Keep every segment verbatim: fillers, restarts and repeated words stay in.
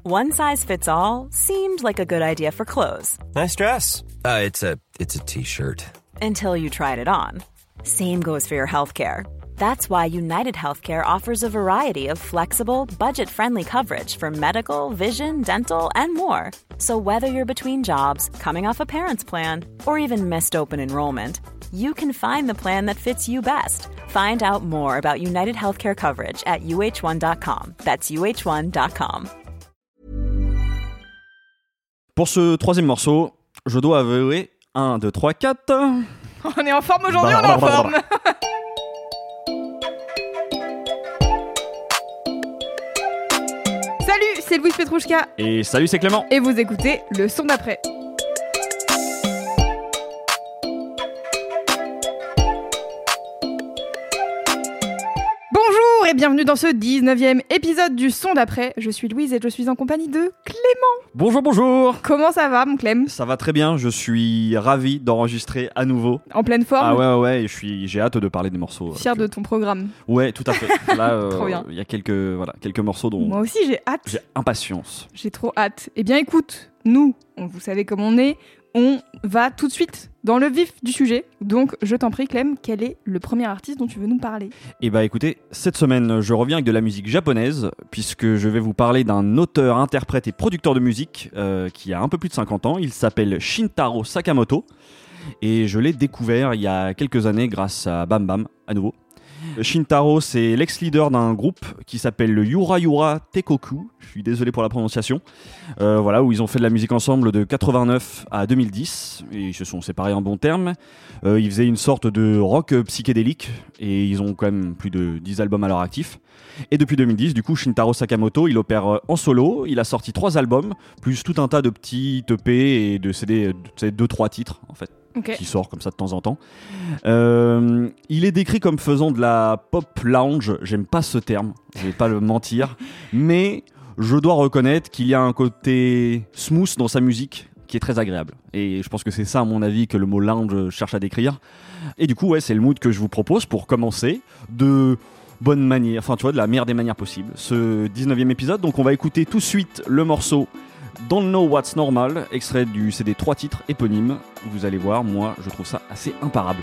One size fits all seemed like a good idea for clothes. Nice dress. Uh, it's a it's a t-shirt. Until you tried it on. Same goes for your healthcare. That's why United Healthcare offers a variety of flexible, budget-friendly coverage for medical, vision, dental, and more. So whether you're between jobs, coming off a parent's plan, or even missed open enrollment, you can find the plan that fits you best. Find out more about United Healthcare coverage at U H one dot com. That's U H one dot com. Pour ce troisième morceau, je dois avouer un, deux, trois, quatre. On est en forme aujourd'hui, on est en forme. Salut, c'est Louise Petrouchka. Et salut, c'est Clément. Et vous écoutez le son d'après. Bonjour et bienvenue dans ce dix-neuvième épisode du son d'après. Je suis Louise et je suis en compagnie de Clément. Bonjour, bonjour. Comment ça va, mon Clem ? Ça va très bien, je suis ravi d'enregistrer à nouveau. En pleine forme ? Ah ouais, ouais, ouais, je suis, j'ai hâte de parler des morceaux. Fier que... de ton programme. Ouais, tout à fait. Là, euh, trop bien. Il y a quelques, voilà, quelques morceaux dont... Moi aussi, j'ai hâte. J'ai impatience. J'ai trop hâte. Eh bien, écoute, nous, on, vous savez comment on est, on va tout de suite dans le vif du sujet. Donc, je t'en prie, Clem, quel est le premier artiste dont tu veux nous parler ? Eh bah écoutez, cette semaine, je reviens avec de la musique japonaise, puisque je vais vous parler d'un auteur, interprète et producteur de musique euh, qui a un peu plus de cinquante ans. Il s'appelle Shintaro Sakamoto, et je l'ai découvert il y a quelques années grâce à Bam Bam, à nouveau. Shintaro, c'est l'ex-leader d'un groupe qui s'appelle le Yura Yura Teikoku, je suis désolé pour la prononciation, euh, voilà, où ils ont fait de la musique ensemble de quatre-vingt-neuf à deux mille dix, et ils se sont séparés en bons termes. Euh, ils faisaient une sorte de rock psychédélique, et ils ont quand même plus de dix albums à leur actif. Et depuis deux mille dix, du coup, Shintaro Sakamoto, il opère en solo, il a sorti trois albums, plus tout un tas de petits E P et de C D, de deux trois titres, en fait. Okay. Qui sort comme ça de temps en temps. Euh, il est décrit comme faisant de la pop lounge. J'aime pas ce terme, je vais pas le mentir, mais je dois reconnaître qu'il y a un côté smooth dans sa musique qui est très agréable. Et je pense que c'est ça, à mon avis, que le mot lounge cherche à décrire. Et du coup, ouais, c'est le mood que je vous propose pour commencer de bonne manière, enfin tu vois, de la meilleure des manières possibles. Ce dix-neuvième épisode, donc on va écouter tout de suite le morceau Don't Know What's Normal, extrait du C D trois titres éponymes. Vous allez voir, moi je trouve ça assez imparable.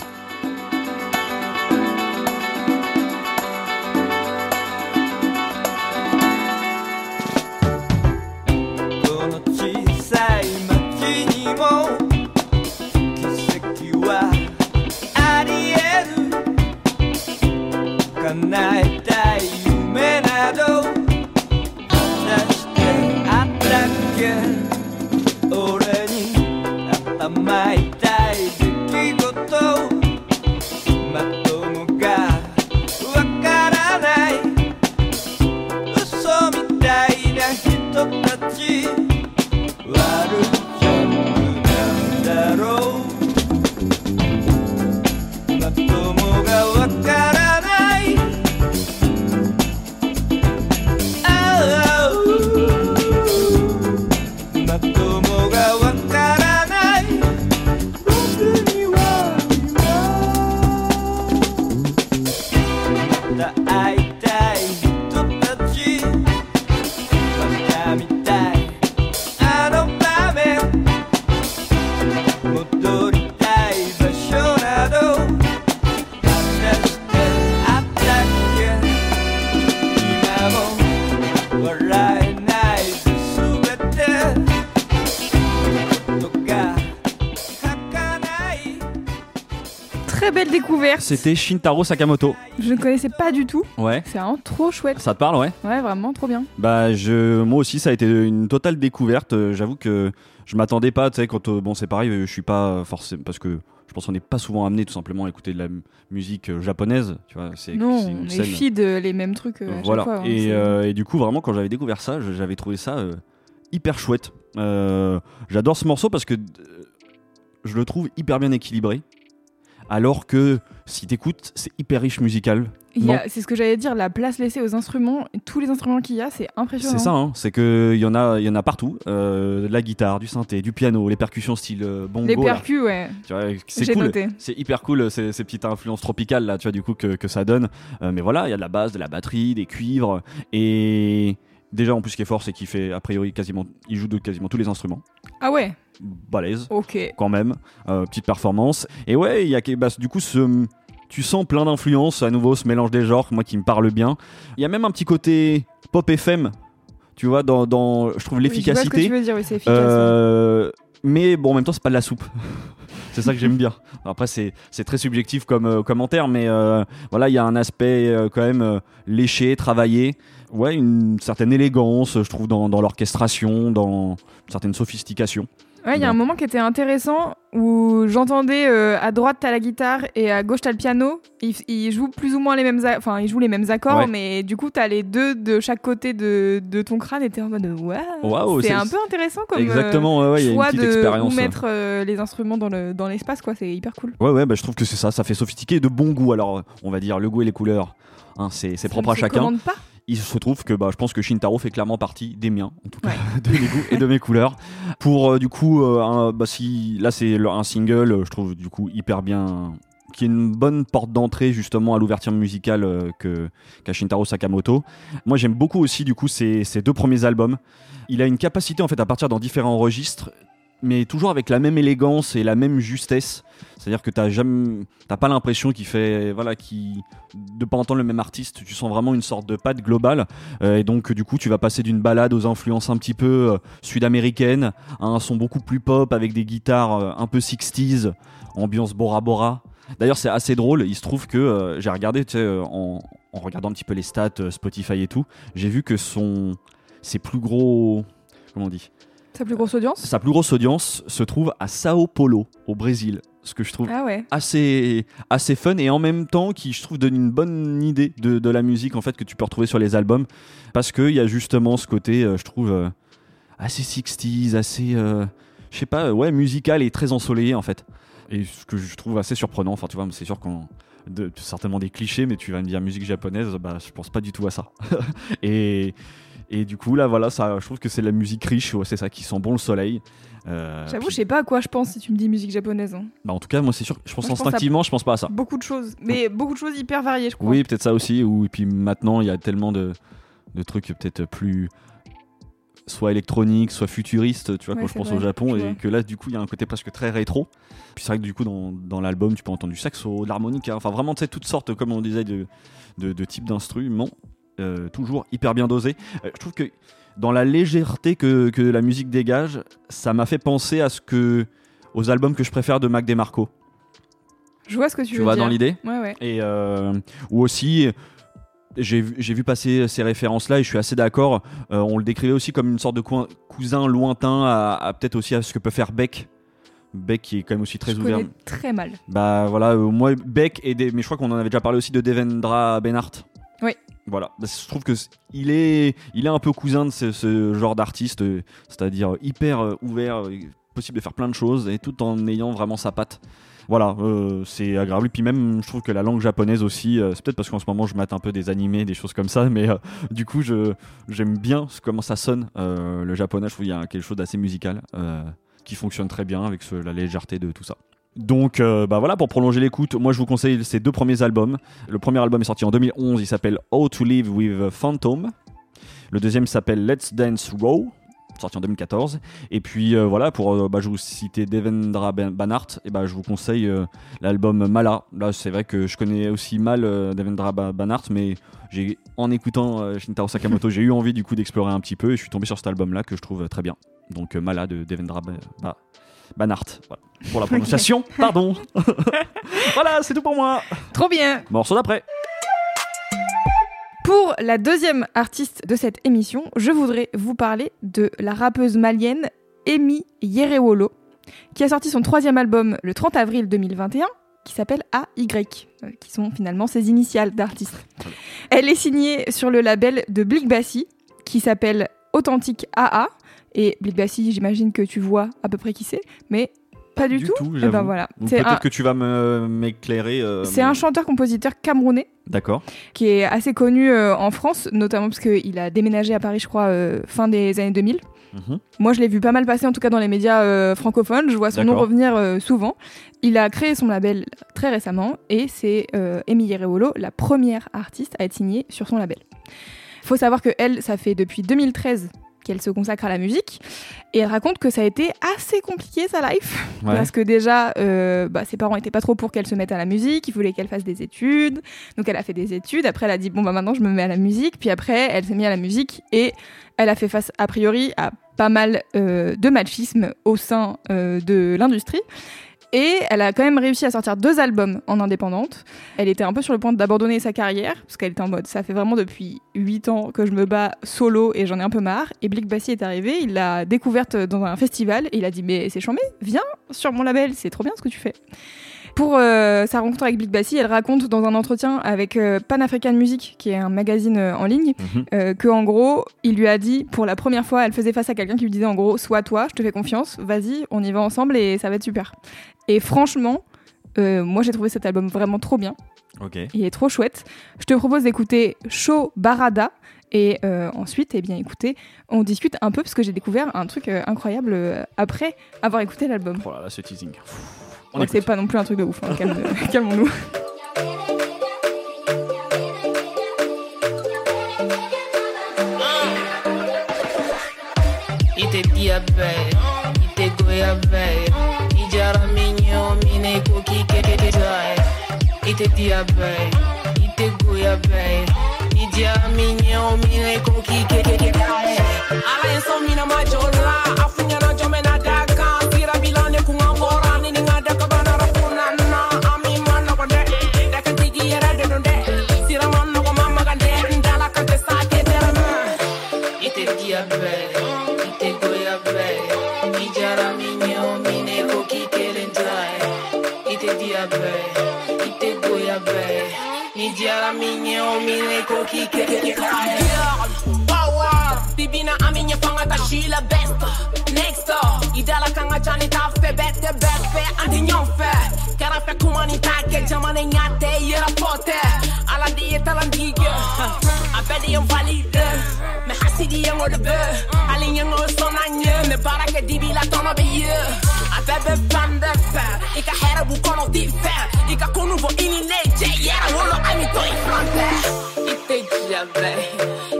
C'était Shintaro Sakamoto. Je ne connaissais pas du tout. Ouais. C'est vraiment trop chouette. Ça te parle, ouais ? Ouais, vraiment trop bien. Bah, je, moi aussi, ça a été une totale découverte. J'avoue que je m'attendais pas, tu sais, quand bon, c'est pareil, je suis pas forcément parce que je pense qu'on n'est pas souvent amené tout simplement à écouter de la m- musique japonaise, tu vois. C'est, non, c'est une on scène. feed les mêmes trucs à voilà. chaque fois. Hein, et, euh, et du coup, vraiment, quand j'avais découvert ça, j'avais trouvé ça euh, hyper chouette. Euh, j'adore ce morceau parce que euh, je le trouve hyper bien équilibré. Alors que si t'écoutes, c'est hyper riche musical. Il y a, c'est ce que j'allais dire, la place laissée aux instruments, tous les instruments qu'il y a, c'est impressionnant. C'est ça, hein, c'est qu'il y, y en a partout. Euh, de la guitare, du synthé, du piano, les percussions style euh, bongo. Les percus, là. Ouais. Tu vois, c'est J'ai cool. Noté. C'est hyper cool, ces, ces petites influences tropicales là, tu vois, du coup, que, que ça donne. Euh, mais voilà, il y a de la basse, de la batterie, des cuivres. Et Déjà, en plus, ce qui est fort, c'est qu'il fait, a priori, quasiment, il joue de quasiment tous les instruments. Ah ouais. Balèze. Ok. Quand même. Euh, petite performance. Et ouais, il y a bah, du coup ce. Tu sens plein d'influences, à nouveau, ce mélange des genres, moi qui me parle bien. Il y a même un petit côté pop F M, tu vois, dans, dans je trouve l'efficacité. Oui, je vois ce que tu veux dire, oui, c'est efficace. Euh, mais bon, en même temps, c'est pas de la soupe. C'est ça que j'aime bien. Après, c'est, c'est très subjectif comme euh, commentaire, mais euh, voilà, il y a un aspect euh, quand même euh, léché, travaillé. Ouais, une certaine élégance, je trouve, dans, dans l'orchestration, dans une certaine sophistication. Ouais, il y a un moment qui était intéressant où j'entendais euh, à droite t'as la guitare et à gauche t'as le piano. Ils, ils jouent plus ou moins les mêmes, a- enfin ils jouent les mêmes accords, Ouais. mais du coup t'as les deux de chaque côté de, de ton crâne et t'es en mode waouh. Waouh, c'est, c'est- un peu intéressant comme Exactement, ouais, ouais, il y a une choix petite de expérience. où mettre euh, les instruments dans le dans l'espace quoi. C'est hyper cool. Ouais, ouais, bah, je trouve que c'est ça, ça fait sophistiqué et de bon goût. Alors, on va dire le goût et les couleurs, hein, c'est, c'est Ça propre ne à se chacun. commande pas. Il se trouve que bah, je pense que Shintaro fait clairement partie des miens, en tout cas, Ouais. de mes goûts et de mes couleurs. Pour euh, du coup, euh, un, bah, si, là c'est le- un single, euh, je trouve du coup hyper bien, qui est une bonne porte d'entrée justement à l'ouverture musicale euh, que, qu'a Shintaro Sakamoto. Moi j'aime beaucoup aussi du coup ses, ses deux premiers albums. Il a une capacité en fait à partir dans différents registres, mais toujours avec la même élégance et la même justesse. C'est-à-dire que t'as jamais, t'as pas l'impression qu'il fait, voilà, qu'il, de pas entendre le même artiste. Tu sens vraiment une sorte de patte globale. Euh, et donc du coup, tu vas passer d'une balade aux influences un petit peu euh, sud-américaines à un son beaucoup plus pop avec des guitares euh, un peu sixties, ambiance Bora Bora. D'ailleurs, c'est assez drôle. Il se trouve que euh, j'ai regardé, tu sais, euh, en, en regardant un petit peu les stats euh, Spotify et tout, j'ai vu que son, ses plus gros, comment on dit, Sa plus grosse audience. sa plus grosse audience se trouve à Sao Paulo, au Brésil. Ce que je trouve Ah ouais. assez, assez fun et en même temps qui, je trouve, donne une bonne idée de, de la musique en fait, que tu peux retrouver sur les albums. Parce qu'il y a justement ce côté, euh, je trouve, euh, assez sixties, assez, euh, je sais pas, euh, ouais, musical et très ensoleillé en fait. Et ce que je trouve assez surprenant. Enfin, tu vois, c'est sûr qu'on. De, certainement des clichés, mais tu vas me dire musique japonaise, bah, je pense pas du tout à ça. et. Et du coup, là, voilà, ça, je trouve que c'est de la musique riche, ouais, c'est ça, qui sent bon le soleil. Euh, J'avoue, puis- je sais pas à quoi je pense si tu me dis musique japonaise. hein. bah, en tout cas, moi, c'est sûr, je pense Moi, je pense à- instinctivement, je pense pas à ça. Beaucoup de choses, mais beaucoup de choses hyper variées, je crois. Oui, peut-être ça aussi. Ou, et puis maintenant, il y a tellement de, de trucs peut-être plus. Soit électroniques, soit futuristes, tu vois, Ouais, quand je c'est pense vrai, au Japon, je et vois. que là, du coup, il y a un côté presque très rétro. Puis c'est vrai que du coup, dans, dans l'album, tu peux entendre du saxo, de l'harmonica, enfin vraiment, tu sais, toutes sortes, comme on disait, de, de, de types d'instruments, euh, toujours hyper bien dosés. Euh, je trouve que dans la légèreté que, que la musique dégage, ça m'a fait penser à ce que, aux albums que je préfère de Mac DeMarco. Je vois ce que tu, Tu veux vois, dire. dans l'idée. Ouais, ouais. Et euh, ou aussi, j'ai, vu- j'ai vu passer ces références-là et je suis assez d'accord. Euh, on le décrivait aussi comme une sorte de coin- cousin lointain à, à peut-être aussi à ce que peut faire Beck. Beck qui est quand même aussi très je ouvert. connais très mal. Bah voilà, euh, moi Beck et des, mais je crois qu'on en avait déjà parlé aussi de Devendra Benhart. Oui. Voilà, Bah, je trouve que c- il est, il est un peu cousin de ce, ce genre d'artiste, euh, c'est-à-dire hyper euh, ouvert, euh, possible de faire plein de choses et tout en ayant vraiment sa patte. Voilà, euh, c'est agréable. Et puis même, je trouve que la langue japonaise aussi, euh, c'est peut-être parce qu'en ce moment je mate un peu des animés, des choses comme ça, mais euh, du coup je, j'aime bien ce- comment ça sonne. Euh, le japonais, je trouve qu'il y a quelque chose d'assez musical euh, qui fonctionne très bien avec ce- la légèreté de tout ça. Donc euh, bah voilà, pour prolonger l'écoute, moi je vous conseille ces deux premiers albums. Le premier album est sorti en deux mille onze, il s'appelle How to Live with a Phantom. Le deuxième s'appelle Let's Dance Raw, sorti en deux mille quatorze. Et puis euh, voilà, pour euh, bah, je vous citer Devendra Ben- Banhart, et bah, je vous conseille euh, l'album Mala. Là c'est vrai que je connais aussi mal euh, Devendra Ba- Banhart, mais j'ai, en écoutant euh, Shintaro Sakamoto, j'ai eu envie du coup d'explorer un petit peu et je suis tombé sur cet album là que je trouve euh, très bien. Donc euh, Mala de Devendra Ba- Ba- Banhart. Voilà. Pour la prononciation, pardon. Voilà, c'est tout pour moi. Trop bien. Morceau d'après. Pour la deuxième artiste de cette émission, je voudrais vous parler de la rappeuse malienne Emi Yerewolo, qui a sorti son troisième album le trente avril deux mille vingt et un, qui s'appelle A Y, euh, qui sont finalement ses initiales d'artiste. Elle est signée sur le label de Blick Bassi, qui s'appelle Authentique A A, et Blick Bassi, j'imagine que tu vois à peu près qui c'est, mais pas du, Du tout. tout, Eh j'avoue. ben voilà. Ou C'est peut-être un, que tu vas me, m'éclairer. euh, c'est mais- un chanteur-compositeur camerounais D'accord. qui est assez connu euh, en France, notamment parce qu'il a déménagé à Paris, je crois, euh, fin des années deux mille. Mhm. Moi, je l'ai vu pas mal passer, en tout cas dans les médias euh, francophones. Je vois son nom D'accord. revenir euh, souvent. Il a créé son label très récemment et c'est euh, Emi Yerewolo, la première artiste à être signée sur son label. Faut savoir que elle, ça fait depuis deux mille treize qu'elle se consacre à la musique et elle raconte que ça a été assez compliqué sa life ouais. parce que déjà euh, bah, ses parents étaient pas trop pour qu'elle se mette à la musique, ils voulaient qu'elle fasse des études, donc elle a fait des études, après elle a dit bon bah maintenant je me mets à la musique, puis après elle s'est mise à la musique et elle a fait face a priori à pas mal euh, de machisme au sein euh, de l'industrie. Et elle a quand même réussi à sortir deux albums en indépendante. Elle était un peu sur le point d'abandonner sa carrière, parce qu'elle était en mode, ça fait vraiment depuis huit ans que je me bats solo et j'en ai un peu marre. Et Blick Bassi est arrivé, il l'a découverte dans un festival et il a dit, mais c'est chambé, viens sur mon label, c'est trop bien ce que tu fais. Pour euh, sa rencontre avec Blick Bassi, elle raconte dans un entretien avec euh, Pan African Music, qui est un magazine euh, en ligne, mm-hmm. euh, que en gros, il lui a dit, pour la première fois, elle faisait face à quelqu'un qui lui disait en gros, sois toi, je te fais confiance, vas-y, on y va ensemble et ça va être super. Et franchement, euh, moi j'ai trouvé cet album vraiment trop bien. Okay. Il est trop chouette. Je te propose d'écouter Show Barada. Et euh, ensuite, eh bien, écoutez, on discute un peu parce que j'ai découvert un truc euh, incroyable euh, après avoir écouté l'album. Oh là là, ce teasing. On ouais, c'est pas non plus un truc de ouf, hein. Calme, calmons-nous. Bibina aminya fangata shila best next idala kanga jani ta fe bete bete andi nyonfe kara fe kumani take jamane nyate yera pote ala dieta landige abedi yon valide me hasidi yon de be ali yon sonanye me baraka dibila tono be ye abebe pande fe ika hera bu kono di fe ika konu vo ini leje yera wolo ami to inflante ite jabe.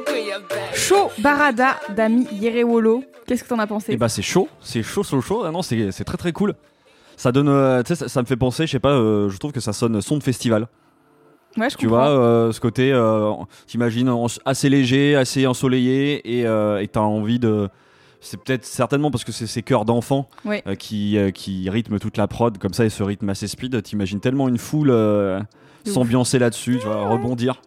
Show Barada d'Ami Yerewolo. Qu'est-ce que t'en as pensé ? Eh bah c'est chaud, c'est chaud sur le chaud. Ah non, c'est, c'est très très cool. Ça donne, euh, tu sais, ça, ça me fait penser, je sais pas, euh, je trouve que ça sonne son de festival. Ouais, je tu comprends. vois, euh, ce côté, euh, t'imagines assez léger, assez ensoleillé, et euh, et t'as envie de. C'est peut-être certainement parce que c'est ces chœurs d'enfants ouais. euh, qui euh, qui rythment toute la prod comme ça, et ce rythme assez speed. T'imagines tellement une foule euh, s'ambiancer là-dessus, tu vois, rebondir.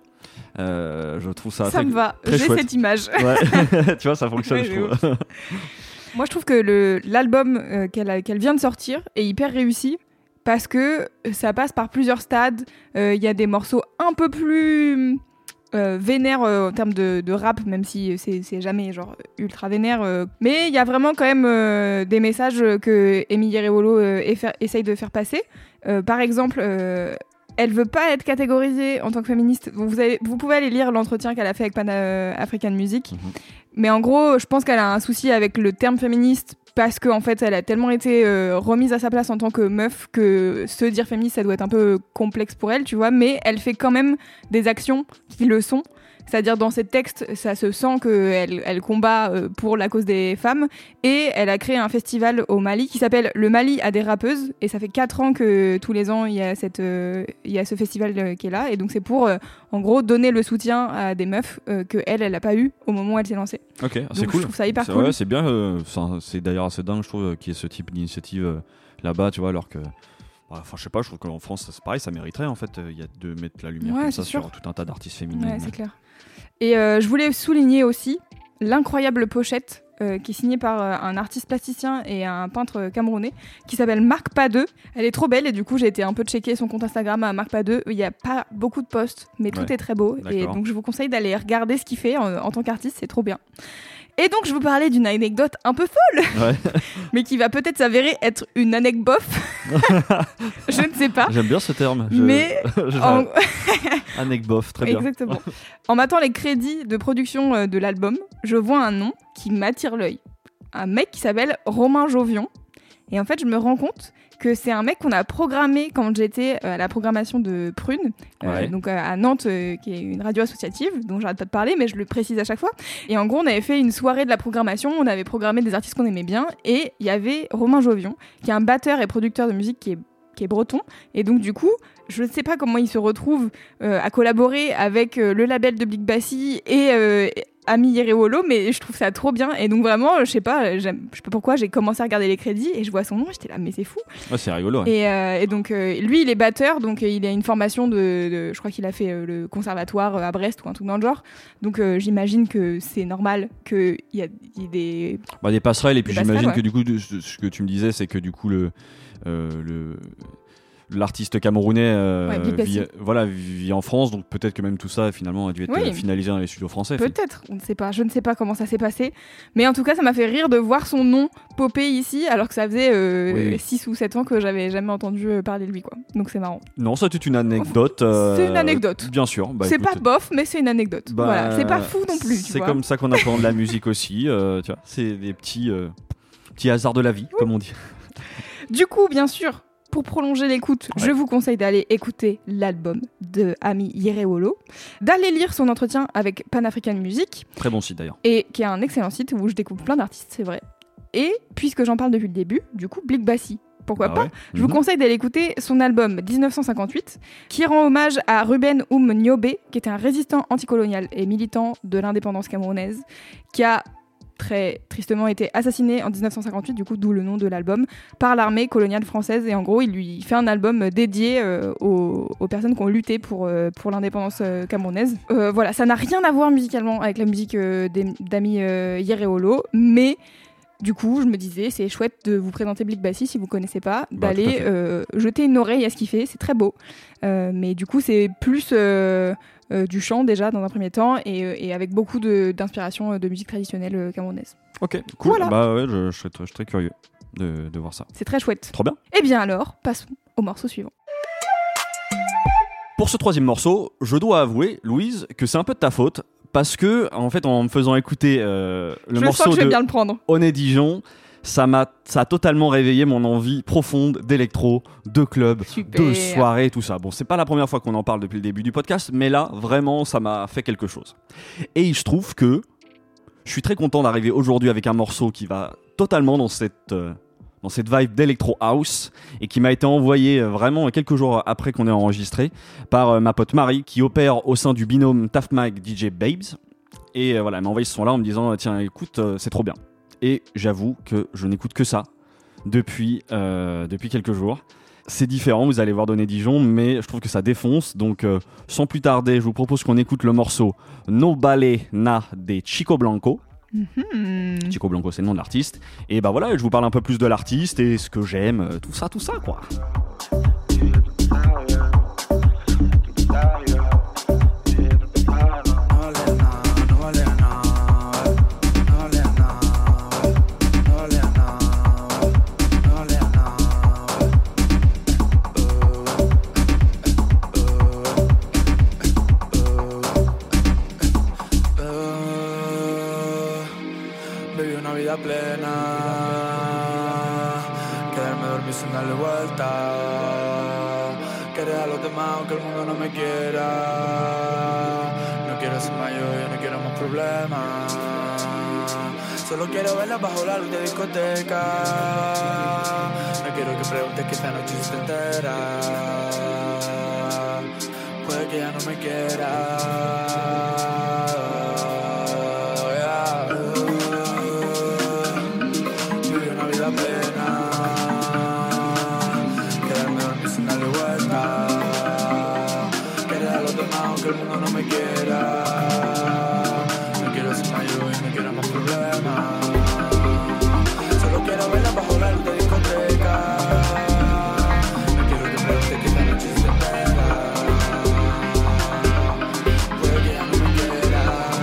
Euh, je trouve ça, ça très, me va, très j'ai chouette. Cette image. Ouais. Tu vois, ça fonctionne, ouais, je trouve. Moi, je trouve que le, l'album euh, qu'elle, a, qu'elle vient de sortir est hyper réussi parce que ça passe par plusieurs stades. Il euh, y a des morceaux un peu plus euh, vénères euh, en termes de, de rap, même si c'est, c'est jamais genre ultra vénère. Euh. Mais il y a vraiment quand même euh, des messages que Amy Yerewolo euh, effa- essaye de faire passer. Euh, par exemple... Euh, Elle veut pas être catégorisée en tant que féministe. Vous, avez, vous pouvez aller lire l'entretien qu'elle a fait avec Pan African Music. Mm-hmm. Mais en gros, je pense qu'elle a un souci avec le terme féministe parce qu'en fait, elle a tellement été euh, remise à sa place en tant que meuf que se dire féministe, ça doit être un peu complexe pour elle, tu vois. Mais elle fait quand même des actions qui le sont. C'est-à-dire dans ses textes, ça se sent qu'elle elle combat pour la cause des femmes. Et elle a créé un festival au Mali qui s'appelle Le Mali a des rappeuses. Et ça fait quatre ans que tous les ans, il y a, cette, euh, il y a ce festival euh, qui est là. Et donc c'est pour, euh, en gros, donner le soutien à des meufs euh, qu'elle, elle n'a pas eu au moment où elle s'est lancée. Ok, donc, c'est cool. Je trouve ça hyper c'est, cool. Ouais, c'est bien. Euh, c'est d'ailleurs assez dingue, je trouve, qu'il y ait ce type d'initiative euh, là-bas, tu vois, alors que... Enfin, je sais pas, je trouve qu'en France, c'est pareil, ça mériterait, en fait, il y a de mettre la lumière ouais, comme ça sûr. sur tout un tas d'artistes féminines. Ouais, c'est clair. Et euh, je voulais souligner aussi l'incroyable pochette euh, qui est signée par euh, un artiste plasticien et un peintre camerounais qui s'appelle Marc Padeux. Elle est trop belle et du coup j'ai été un peu checker son compte Instagram à Marc Padeux. Il n'y a pas beaucoup de posts, mais tout ouais. est très beau. D'accord. Et donc je vous conseille d'aller regarder ce qu'il fait en, en tant qu'artiste, c'est trop bien. Et donc, je vous parlais d'une anecdote un peu folle, ouais. mais qui va peut-être s'avérer être une anecdote bof. Je ne sais pas. J'aime bien ce terme. Je... Mais... en... anecdote bof, très bien. Exactement. En m'attendant les crédits de production de l'album, je vois un nom qui m'attire l'œil. Un mec qui s'appelle Romain Jovion. Et en fait, je me rends compte que c'est un mec qu'on a programmé quand j'étais à la programmation de Prune, Ouais. euh, donc à Nantes, euh, qui est une radio associative, dont j'arrête pas de parler, mais je le précise à chaque fois. Et en gros, on avait fait une soirée de la programmation, on avait programmé des artistes qu'on aimait bien, et il y avait Romain Jovion, qui est un batteur et producteur de musique qui est qui est breton, et donc du coup je ne sais pas comment il se retrouve euh, à collaborer avec euh, le label de Big Bassi et euh, Ami Yerewolo, mais je trouve ça trop bien, et donc vraiment je sais pas j'aime, je sais pas pourquoi j'ai commencé à regarder les crédits et je vois son nom, j'étais là mais c'est fou. Ouais, c'est rigolo. Ouais. Et, euh, et donc euh, lui il est batteur, donc euh, il a une formation de, de je crois qu'il a fait euh, le conservatoire euh, à Brest ou un truc dans le genre, donc euh, j'imagine que c'est normal qu'il y, y ait des Bah, des passerelles, et puis Des j'imagine passerelles, que du coup, de- ce ce que tu me disais, c'est que du coup, le, euh, le, l'artiste camerounais euh, Ouais, Big Bassi. vit, voilà, vit en France, donc peut-être que même tout ça finalement a dû être Oui. euh, finalisé dans les studios français. Peut-être, on ne sait pas, je ne sais pas comment ça s'est passé, mais en tout cas ça m'a fait rire de voir son nom popper ici alors que ça faisait euh, Oui, oui. six ou sept ans que j'avais jamais entendu euh, parler de lui quoi. Donc c'est marrant. Non, ça c'est une anecdote. euh, C'est une anecdote. Bien sûr. Bah, c'est écoute, pas bof, mais c'est une anecdote. bah, Voilà, c'est pas fou non plus, tu C'est vois. comme ça qu'on apprend de la musique aussi. euh, tu vois, c'est des petits, euh, petits hasards de la vie, comme on dit. Du coup, bien sûr, pour prolonger l'écoute, Ouais. je vous conseille d'aller écouter l'album de Ami Yerewolo, d'aller lire son entretien avec Pan African Music, Très bon site d'ailleurs. et qui est un excellent site où je découvre plein d'artistes, c'est vrai. Et puisque j'en parle depuis le début, du coup, Big Bassi. Pourquoi Ah pas ouais. Je vous Mhm. conseille d'aller écouter son album dix-neuf cent cinquante-huit, qui rend hommage à Ruben Oum Niobe, qui était un résistant anticolonial et militant de l'indépendance camerounaise, qui a très tristement été assassiné en dix-neuf cent cinquante-huit, du coup d'où le nom de l'album, par l'armée coloniale française. Et en gros, il lui fait un album dédié euh, aux, aux personnes qui ont lutté pour, euh, pour l'indépendance euh, camerounaise. Euh, voilà, ça n'a rien à voir musicalement avec la musique euh, des- d'Ami euh, Yerewolo, mais du coup, je me disais, c'est chouette de vous présenter Big Bassi si vous connaissez pas, Bah, tout à d'aller fait. euh, jeter une oreille à ce qu'il fait, c'est très beau. Euh, mais du coup, c'est plus euh, euh, du chant déjà dans un premier temps et, euh, et avec beaucoup de- d'inspiration euh, de musique traditionnelle euh, camerounaise. Ok, cool. Voilà. Bah ouais, je, je serais, très- je serais très curieux de, de voir ça. C'est très chouette. Trop bien. Et bien alors, passons au morceau suivant. Pour ce troisième morceau, je dois avouer, Louise, que c'est un peu de ta faute. Parce que, en fait, en me faisant écouter euh, le je morceau sens que je vais de bien le prendre. Oné Dijon, ça m'a, ça a totalement réveillé mon envie profonde d'électro, de club, Super. de soirée, tout ça. Bon, c'est pas la première fois qu'on en parle depuis le début du podcast, mais là, vraiment, ça m'a fait quelque chose. Et il se trouve que je suis très content d'arriver aujourd'hui avec un morceau qui va totalement dans cette, euh, dans cette vibe d'électro house et qui m'a été envoyé euh, vraiment quelques jours après qu'on ait enregistré par euh, ma pote Marie qui opère au sein du binôme Taftmag D J Babes. Et euh, voilà, elle m'a envoyé ce son là en me disant tiens écoute euh, c'est trop bien. Et j'avoue que je n'écoute que ça depuis, euh, depuis quelques jours. C'est différent, vous allez voir Donner Dijon, mais je trouve que ça défonce. Donc euh, sans plus tarder, je vous propose qu'on écoute le morceau No Bale Na de Chico Blanco. Hmm. Chico Blanco, c'est le nom de l'artiste. Et bah voilà, je vous parle un peu plus de l'artiste et ce que j'aime, euh, tout ça, tout ça quoi. Viví una vida plena, quedarme dormido sin darle vuelta, querer a los demás aunque el mundo no me quiera. No quiero ser mayor, yo no quiero más problemas. Solo quiero verla bajo la luz de discoteca. No quiero que preguntes que esta noche se entera. Puede que ya no me quiera. Que el mundo no me quiera. No quiero ser mayor y no quiero más problemas. Solo quiero verla bajo la luz de discoteca. No quiero que pregunte que esta noche se entera. Puede que ya no me quiera.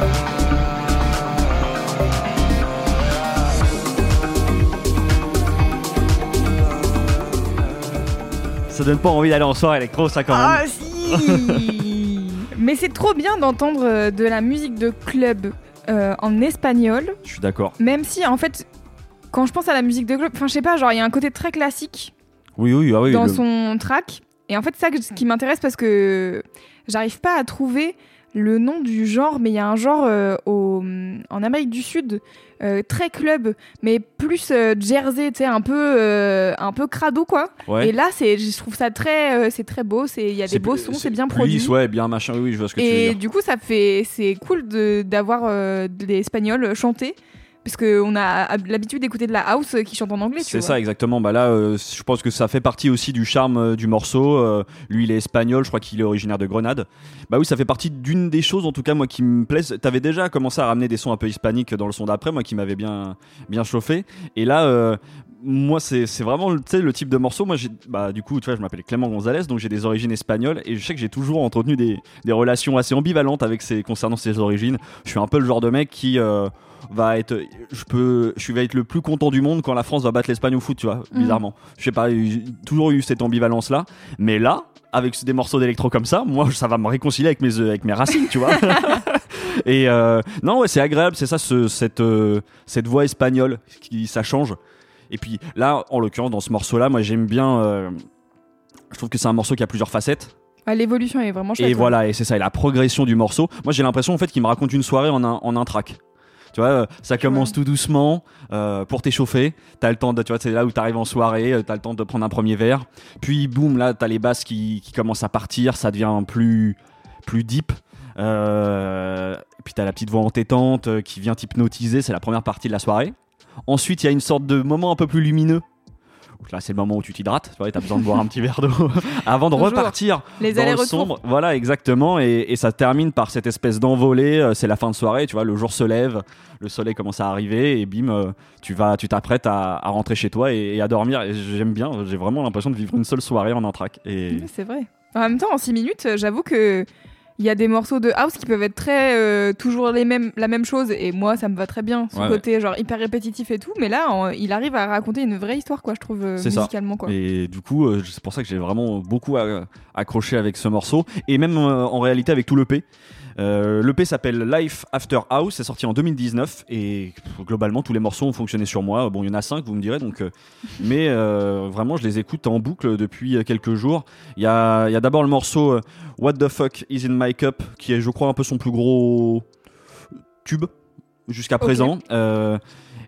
Ça donne pas envie d'aller en soirée électro, ça quand même. Ah si. Mais c'est trop bien d'entendre euh, de la musique de club euh, en espagnol, Je suis d'accord. même si en fait quand je pense à la musique de club, enfin je sais pas, genre il y a un côté très classique Oui, oui, ah oui. dans le- son track. Et en fait, c'est ça que- ce qui m'intéresse parce que j'arrive pas à trouver le nom du genre, mais il y a un genre euh, au, en Amérique du Sud euh, très club, mais plus euh, Jersey, tu sais, un peu euh, un peu crado quoi. Ouais. Et là, c'est, je trouve ça très, euh, c'est très beau, c'est, il y a C'est des beaux plus- sons, c'est bien plus produit. lisse, ouais, bien machin, oui, oui, je vois ce que tu veux Et dire. du coup, ça fait, c'est cool de, d'avoir euh, des Espagnols chanter. Parce qu'on a l'habitude d'écouter de la house qui chante en anglais. tu C'est vois. ça, exactement. Bah là, euh, je pense que ça fait partie aussi du charme euh, du morceau. Euh, lui, il est espagnol, je crois qu'il est originaire de Grenade. Bah oui, ça fait partie d'une des choses, en tout cas, moi, qui me plaisent. T'avais déjà commencé à ramener des sons un peu hispaniques dans le son d'après, moi, qui m'avait bien, bien chauffé. Et là, euh, moi, c'est, c'est vraiment tu sais, le type de morceau. Moi, j'ai, bah, du coup, tu vois, je m'appelle Clément Gonzalez, donc j'ai des origines espagnoles. Et je sais que j'ai toujours entretenu des, des relations assez ambivalentes avec ces, concernant ces origines. Je suis un peu le genre de mec qui. Euh, va être je peux je vais être le plus content du monde quand la France va battre l'Espagne au foot, tu vois, bizarrement. Je sais pas, j'ai toujours eu cette ambivalence là, mais là avec des morceaux d'électro comme ça, moi ça va me réconcilier avec mes avec mes racines, tu vois. Et euh, non ouais, c'est agréable, c'est ça ce, cette euh, cette voix espagnole qui ça change. Et puis là en l'occurrence dans ce morceau là, moi j'aime bien euh, je trouve que c'est un morceau qui a plusieurs facettes. Ah, l'évolution est vraiment chouette. Et ouais. voilà, et c'est ça, et la progression du morceau. Moi j'ai l'impression en fait qu'il me raconte une soirée en un en un track. Tu vois, ça commence tout doucement euh, pour t'échauffer. T'as le temps de, tu vois, c'est là où t'arrives en soirée, t'as le temps de prendre un premier verre. Puis boum, là t'as les basses qui, qui commencent à partir, ça devient plus plus deep. Euh, puis t'as la petite voix entêtante euh, qui vient t'hypnotiser. C'est la première partie de la soirée. Ensuite, il y a une sorte de moment un peu plus lumineux. Là, c'est le moment où tu t'hydrates. Tu vois, t'as besoin de boire un petit verre d'eau avant de Toujours. repartir Les dans le allers-retours. sombre. Voilà, exactement. Et, et ça termine par cette espèce d'envolée. Euh, C'est la fin de soirée. Tu vois, le jour se lève, le soleil commence à arriver et bim, euh, tu vas, tu t'apprêtes à, à rentrer chez toi et, et à dormir. Et j'aime bien. J'ai vraiment l'impression de vivre une seule soirée en un track. Et Oui, c'est vrai. En même temps, en six minutes, j'avoue que il y a des morceaux de house qui peuvent être très euh, toujours les mêmes, la même chose, et moi ça me va très bien, ce Ouais, côté genre hyper répétitif et tout, mais là en- il arrive à raconter une vraie histoire quoi, je trouve euh, C'est ça. musicalement quoi. Et du coup, euh, c'est pour ça que j'ai vraiment beaucoup a- accroché avec ce morceau. Et même euh, en réalité avec tout l'E P. Euh, L'E P s'appelle Life After House, c'est sorti en deux mille dix-neuf et pff, globalement tous les morceaux ont fonctionné sur moi. Bon, il y en a cinq, vous me direz, donc, euh, mais euh, vraiment je les écoute en boucle depuis quelques jours. Il y a, il y a d'abord le morceau euh, What the Fuck Is In My Cup, qui est je crois un peu son plus gros tube jusqu'à présent. Euh,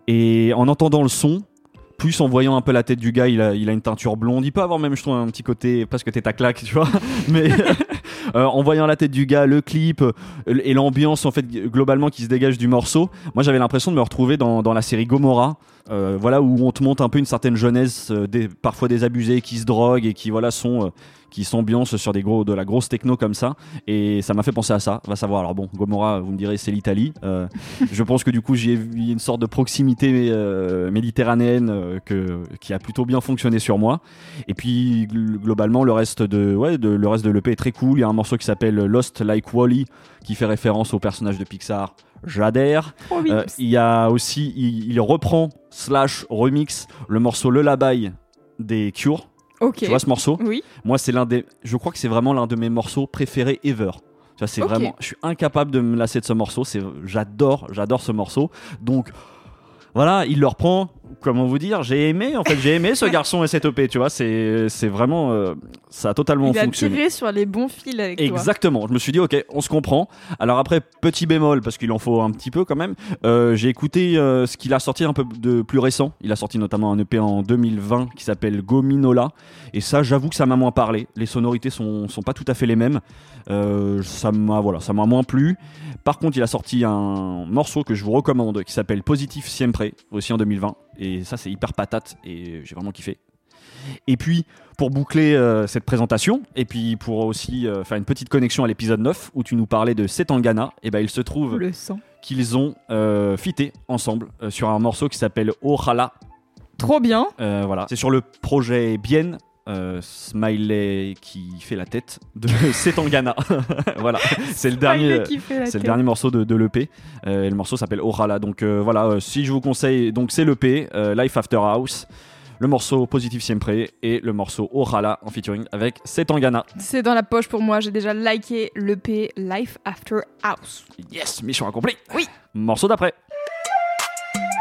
et en entendant le son, plus en voyant un peu la tête du gars, il a, il a une teinture blonde. Il peut avoir même, je trouve, un petit côté parce que t'es ta claque, tu vois. Mais euh, en voyant la tête du gars, le clip euh, et l'ambiance en fait globalement qui se dégage du morceau, moi j'avais l'impression de me retrouver dans, dans la série Gomorrah. Euh, voilà où on te montre un peu une certaine jeunesse, euh, des, parfois désabusés, qui se droguent et qui voilà sont euh, qui s'ambiancent sur des gros de la grosse techno comme ça. Et ça m'a fait penser à ça. Va savoir. Alors bon, Gomorrah, vous me direz, c'est l'Italie. Euh, je pense que du coup j'y ai vu une sorte de proximité euh, méditerranéenne euh, que qui a plutôt bien fonctionné sur moi. Et puis gl- globalement le reste de ouais de, le reste de l'E P est très cool. Il y a un morceau qui s'appelle Lost Like Wally qui fait référence au personnage de Pixar. J'adhère. Oh oui. Euh, il y a aussi, il, il reprend slash remix le morceau Lullaby des Cure. Ok. Tu vois ce morceau? Oui. Moi, c'est l'un des, je crois que c'est vraiment l'un de mes morceaux préférés ever. Tu vois, c'est Ok. vraiment, je suis incapable de me lasser de ce morceau. C'est, j'adore, j'adore ce morceau. Donc voilà, il le reprend. Comment vous dire, j'ai aimé en fait, j'ai aimé ce garçon et cette E P, tu vois, c'est c'est vraiment euh, ça a totalement Il a fonctionné. tiré sur les bons fils avec toi. Exactement, je me suis dit ok, on se comprend. Alors après, petit bémol, parce qu'il en faut un petit peu quand même, euh, j'ai écouté euh, ce qu'il a sorti un peu de plus récent. Il a sorti notamment un E P en deux mille vingt qui s'appelle Gominola, et ça j'avoue que ça m'a moins parlé. Les sonorités sont, sont pas tout à fait les mêmes. Euh, ça m'a voilà, ça m'a moins plu. Par contre, il a sorti un morceau que je vous recommande qui s'appelle Positif Siempre, aussi en deux mille vingt, et ça c'est hyper patate et j'ai vraiment kiffé. Et puis, pour boucler euh, cette présentation, et puis pour aussi euh, faire une petite connexion à l'épisode neuf, où tu nous parlais de Setangana, et ben il se trouve Le sang. qu'ils ont euh, fité ensemble euh, sur un morceau qui s'appelle Ojalá. Trop bien. Euh, voilà. C'est sur le projet Bien, euh, Smiley qui fait la tête de Setangana. Voilà, c'est le dernier. Smiley qui fait la C'est le tête. dernier morceau de, de l'E P. Euh, et le morceau s'appelle Ojalá. Donc euh, voilà, euh, si je vous conseille, donc c'est l'E P, euh, Life After House, le morceau Positif Siempre et le morceau Ojalá en featuring avec Setangana. C'est dans la poche pour moi. J'ai déjà liké l'E P Life After House. Yes, mission accomplie. Oui. Morceau d'après.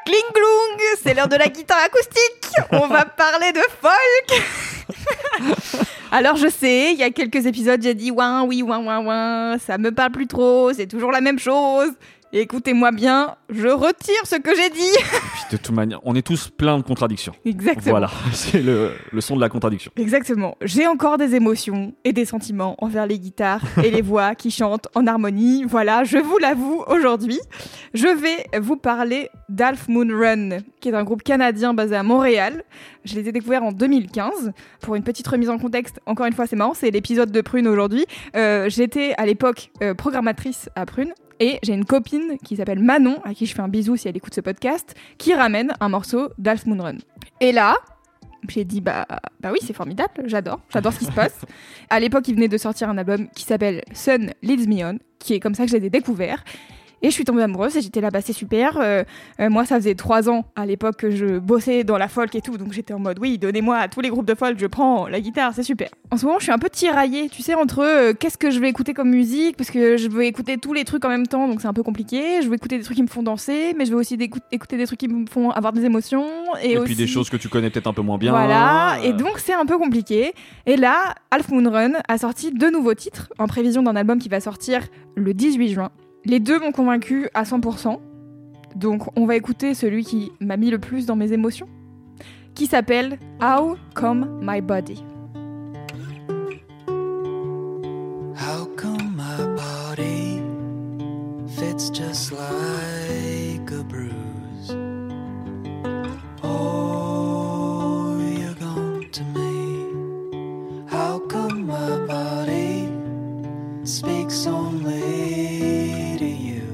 Kling glong, c'est l'heure de la guitare acoustique. On va parler de folk. Alors je sais, il y a quelques épisodes, j'ai dit ouin, oui, ouin, ouin, ouin, ça me parle plus trop, c'est toujours la même chose. Et écoutez-moi bien, je retire ce que j'ai dit. Puis de toute manière, on est tous pleins de contradictions. Exactement. Voilà, c'est le, le son de la contradiction. Exactement. J'ai encore des émotions et des sentiments envers les guitares et les voix qui chantent en harmonie. Voilà, je vous l'avoue aujourd'hui. Je vais vous parler d'Half Moon Run, qui est un groupe canadien basé à Montréal. Je les ai découverts en deux mille quinze. Pour une petite remise en contexte, encore une fois, c'est marrant, c'est l'épisode de Prune aujourd'hui. Euh, j'étais à l'époque euh, programmatrice à Prune. Et j'ai une copine qui s'appelle Manon, à qui je fais un bisou si elle écoute ce podcast, qui ramène un morceau d'Half Moon Run. Et là, j'ai dit bah, bah oui, c'est formidable, j'adore, j'adore ce qui se passe. À l'époque, ils venaient de sortir un album qui s'appelle Sun Leads Me On, qui est comme ça que je les ai découverts. Et je suis tombée amoureuse et j'étais là, bah c'est super. Euh, euh, moi, ça faisait trois ans à l'époque que je bossais dans la folk et tout, donc j'étais en mode oui, donnez-moi à tous les groupes de folk, je prends la guitare, c'est super. En ce moment, je suis un peu tiraillée, tu sais, entre euh, qu'est-ce que je vais écouter comme musique, parce que je veux écouter tous les trucs en même temps, donc c'est un peu compliqué. Je veux écouter des trucs qui me font danser, mais je veux aussi écouter des trucs qui me font avoir des émotions. Et, et aussi... puis des choses que tu connais peut-être un peu moins bien. Voilà, et donc c'est un peu compliqué. Et là, Half Moon Run a sorti deux nouveaux titres en prévision d'un album qui va sortir le dix-huit juin. Les deux m'ont convaincu à cent pour cent. Donc on va écouter celui qui m'a mis le plus dans mes émotions, qui s'appelle How Come My Body. How come my body fits just like a bruise? Oh, you're gone to me. How come my body speaks only to you?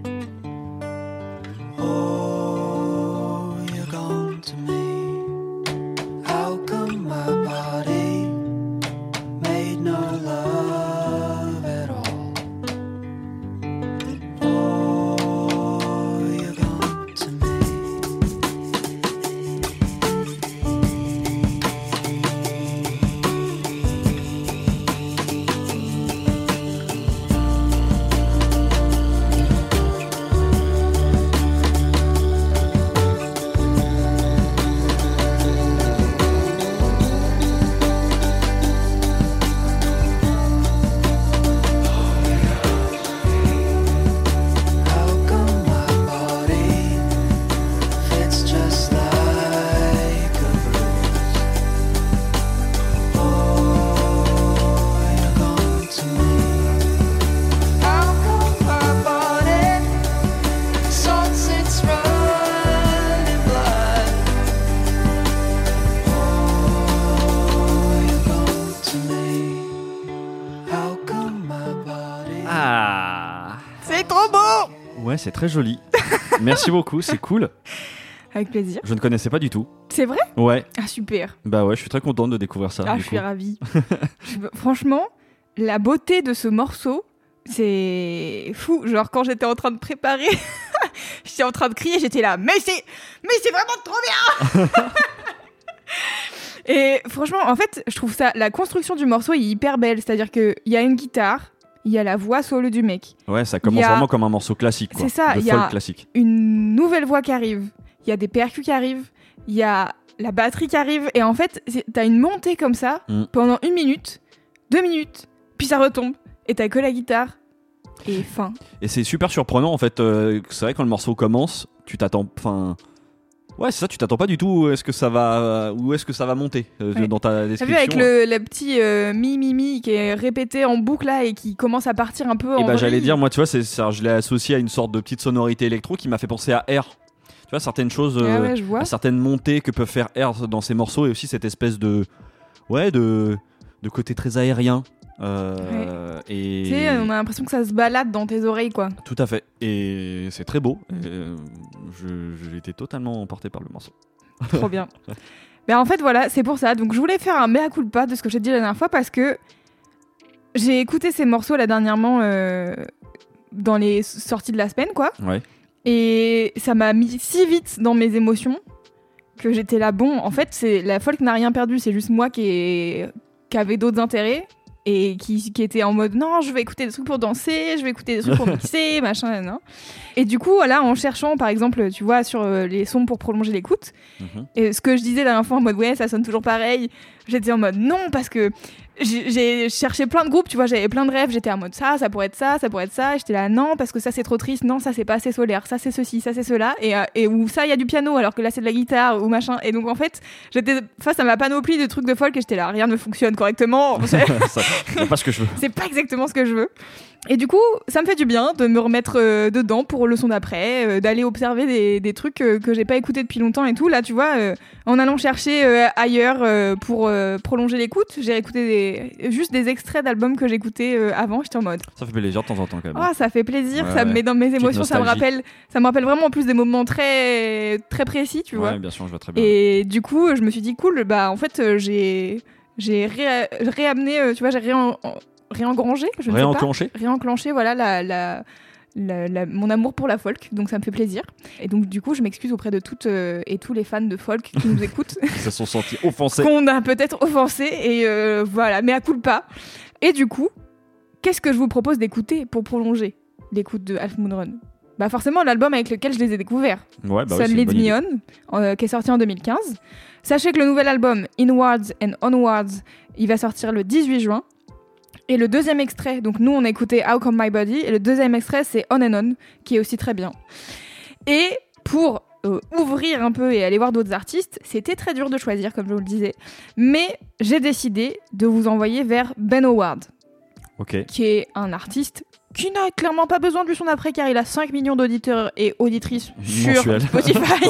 Oh, you're gone to me. How come my body made no love at all? Oh, you're gone to me. Ouais, c'est très joli. Merci beaucoup, c'est cool. Avec plaisir. Je ne connaissais pas du tout. C'est vrai ? Ouais. Ah super. Bah ouais, je suis très contente de découvrir ça. Ah, du je suis coup. ravie. je... Franchement, la beauté de ce morceau, c'est fou. Genre quand j'étais en train de préparer, j'étais en train de crier, j'étais là, mais c'est, mais c'est vraiment trop bien. Et franchement, en fait, je trouve ça, la construction du morceau est hyper belle. C'est-à-dire qu'il y a une guitare, il y a la voix solo du mec. Ouais, ça commence a... vraiment comme un morceau classique, quoi. C'est ça, il y a classique. Une nouvelle voix qui arrive, il y a des percus qui arrivent, il y a la batterie qui arrive, et en fait, t'as une montée comme ça mm. pendant une minute, deux minutes, puis ça retombe, et t'as que la guitare, et fin. Et c'est super surprenant, en fait. Euh, c'est vrai, quand le morceau commence, tu t'attends... Enfin... Ouais, c'est ça, tu t'attends pas du tout où est-ce que ça va, où est-ce que ça va monter euh, ouais. dans ta description. T'as vu avec le, le petit euh, mi mi mi qui est répété en boucle là et qui commence à partir un peu en. Et bah vrille. j'allais dire, moi tu vois, c'est, c'est, je l'ai associé à une sorte de petite sonorité électro qui m'a fait penser à R. Tu vois, certaines choses, ah euh, ouais, je vois. à certaines montées que peut faire R dans ses morceaux, et aussi cette espèce de, ouais, de, de côté très aérien. Euh, ouais. Et tu sais, on a l'impression que ça se balade dans tes oreilles, quoi. Tout à fait. Et c'est très beau. Et je, j'ai été totalement emporté par le morceau. Trop bien. Ben en fait voilà, c'est pour ça. Donc je voulais faire un mea culpa de ce que j'ai dit la dernière fois parce que j'ai écouté ces morceaux là dernièrement euh, dans les sorties de la semaine, quoi. Ouais. Et ça m'a mis si vite dans mes émotions que j'étais là, bon, en fait, c'est la folk n'a rien perdu, c'est juste moi qui, est... qui avait d'autres intérêts. et qui, qui était en mode non, je vais écouter des trucs pour danser, je vais écouter des trucs pour mixer, machin, non. Et du coup, là, en cherchant, par exemple, tu vois, sur euh, les sons pour prolonger l'écoute, mm-hmm. et ce que je disais la dernière fois en mode ouais, ça sonne toujours pareil, j'étais en mode non, parce que j'ai, j'ai cherché plein de groupes, tu vois, j'avais plein de rêves, j'étais en mode ça, ça pourrait être ça, ça pourrait être ça, et j'étais là non, parce que ça c'est trop triste, non, ça c'est pas assez solaire, ça c'est ceci, ça c'est cela, et, euh, et où ça il y a du piano, alors que là c'est de la guitare, ou machin, et donc en fait, j'étais face à ma panoplie de trucs de folk, et j'étais là, rien ne fonctionne correctement. ça, c'est pas ce que je veux. C'est pas exactement ce que je veux. Et du coup, ça me fait du bien de me remettre euh, dedans pour le son d'après, euh, d'aller observer des, des trucs euh, que j'ai pas écoutés depuis longtemps et tout. Là, tu vois, euh, en allant chercher euh, ailleurs euh, pour euh, prolonger l'écoute, j'ai écouté des, juste des extraits d'albums que j'écoutais euh, avant. J'étais en mode. Ça fait plaisir de temps en temps quand même. Ah, ça fait plaisir, ouais, ça me met dans mes émotions, ça me nostalgie. rappelle, ça me rappelle vraiment en plus des moments très, très précis, tu ouais, vois. bien sûr, je vois très bien. Et du coup, je me suis dit cool, bah en fait, euh, j'ai, j'ai ré- réamené, euh, tu vois, j'ai réen... réengrangé, je ne Réenclenché. sais pas. Réenclenché, voilà, la, la, la, la, mon amour pour la folk, donc ça me fait plaisir. Et donc du coup, je m'excuse auprès de toutes euh, et tous les fans de folk qui nous écoutent. Ils se sont sentis offensés. Qu'on a peut-être offensés, et euh, voilà, mais à culpa. Et du coup, qu'est-ce que je vous propose d'écouter pour prolonger l'écoute de Half Moon Run ? Bah forcément, l'album avec lequel je les ai découverts. Ouais, bah Sun oui, Leads Me On, euh, qui est sorti en deux mille quinze. Sachez que le nouvel album, Inwards and Onwards, il va sortir le dix-huit juin. Et le deuxième extrait, donc nous on a écouté How Come My Body, et le deuxième extrait c'est On and On, qui est aussi très bien. Et pour euh, ouvrir un peu et aller voir d'autres artistes, c'était très dur de choisir, comme je vous le disais, mais j'ai décidé de vous envoyer vers Ben Howard, okay. qui est un artiste qui n'a clairement pas besoin du son d'après, car il a cinq millions d'auditeurs et auditrices Mensuel. sur Spotify.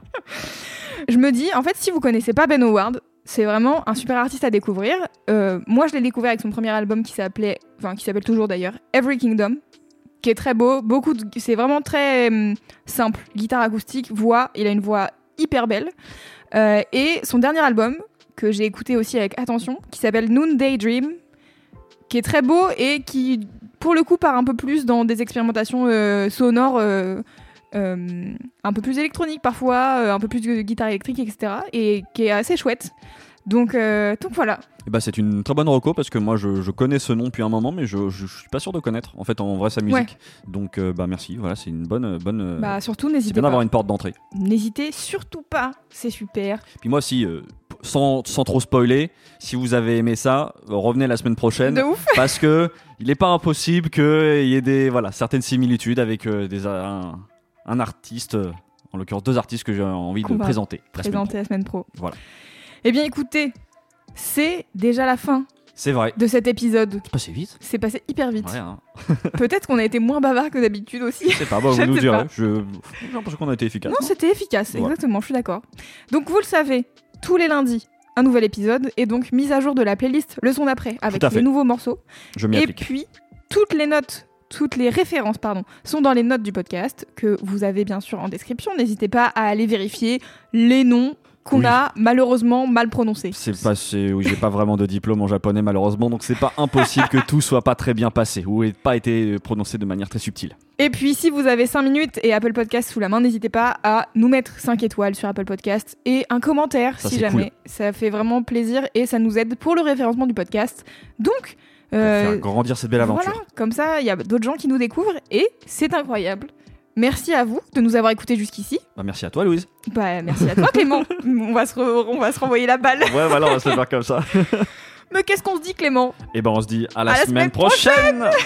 Je me dis, en fait, si vous connaissez pas Ben Howard, c'est vraiment un super artiste à découvrir. Euh, moi, je l'ai découvert avec son premier album qui s'appelait, enfin qui s'appelle toujours d'ailleurs, Every Kingdom, qui est très beau. Beaucoup, de, c'est vraiment très hum, simple. Guitare acoustique, voix. Il a une voix hyper belle. Euh, et son dernier album que j'ai écouté aussi avec attention, qui s'appelle Noonday Dream, qui est très beau et qui, pour le coup, part un peu plus dans des expérimentations euh, sonores. Euh, Euh, un peu plus électronique parfois, euh, un peu plus de guitare électrique, et cetera. Et qui est assez chouette. Donc, euh, donc voilà. Et bah, c'est une très bonne reco parce que moi je, je connais ce nom depuis un moment, mais je, je, je suis pas sûr de connaître en fait en vrai sa musique. Ouais. Donc euh, bah merci, voilà, c'est une bonne bonne. Bah surtout n'hésitez c'est bien pas. d'avoir une porte d'entrée. N'hésitez surtout pas, c'est super. Puis moi aussi, euh, sans, sans trop spoiler, si vous avez aimé ça, revenez la semaine prochaine. De ouf. Parce que il est pas impossible qu'il y ait des voilà certaines similitudes avec euh, des un, un artiste, euh, en l'occurrence deux artistes que j'ai envie Qu'on de va présenter. Présenter la semaine pro. Voilà. Eh bien écoutez, c'est déjà la fin. C'est vrai. De cet épisode. C'est passé vite. C'est passé hyper vite. Ouais, hein. Peut-être qu'on a été moins bavard que d'habitude aussi. Je sais pas, bah, vous nous direz. Je... J'ai l'impression qu'on a été efficace. Non, non c'était efficace, ouais. Exactement, je suis d'accord. Donc vous le savez, tous les lundis, un nouvel épisode et donc mise à jour de la playlist Le Son d'après avec les nouveaux morceaux. Je m'y et applique. puis, toutes les notes, toutes les références, pardon, sont dans les notes du podcast que vous avez bien sûr en description. N'hésitez pas à aller vérifier les noms qu'on oui. a malheureusement mal prononcés. C'est pas, c'est, oui, j'ai pas vraiment de diplôme en japonais malheureusement, donc c'est pas impossible que tout soit pas très bien passé ou ait pas été prononcé de manière très subtile. Et puis si vous avez cinq minutes et Apple Podcast sous la main, n'hésitez pas à nous mettre cinq étoiles sur Apple Podcast et un commentaire ça, si jamais. Cool. Ça fait vraiment plaisir et ça nous aide pour le référencement du podcast. Donc, euh, pour faire grandir cette belle aventure. Voilà, comme ça, il y a d'autres gens qui nous découvrent et c'est incroyable. Merci à vous de nous avoir écoutés jusqu'ici. Bah, merci à toi, Louise. Bah, merci à toi, Clément. on, va se re- on va se renvoyer la balle. Ouais, voilà, on va se le faire comme ça. Mais qu'est-ce qu'on se dit, Clément ? Et ben, on se dit à la, à semaine, la semaine prochaine, prochaine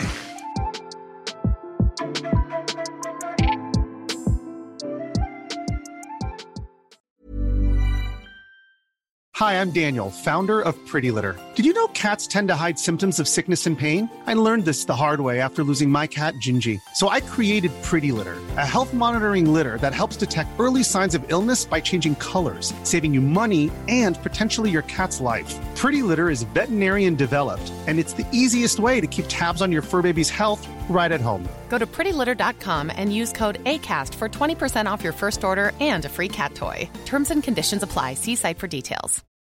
Hi, I'm Daniel, founder of Pretty Litter. Did you know cats tend to hide symptoms of sickness and pain? I learned this the hard way after losing my cat, Gingy. So I created Pretty Litter, a health monitoring litter that helps detect early signs of illness by changing colors, saving you money and potentially your cat's life. Pretty Litter is veterinarian developed, and it's the easiest way to keep tabs on your fur baby's health right at home. Go to pretty litter dot com and use code ACAST for twenty percent off your first order and a free cat toy. Terms and conditions apply. See site for details.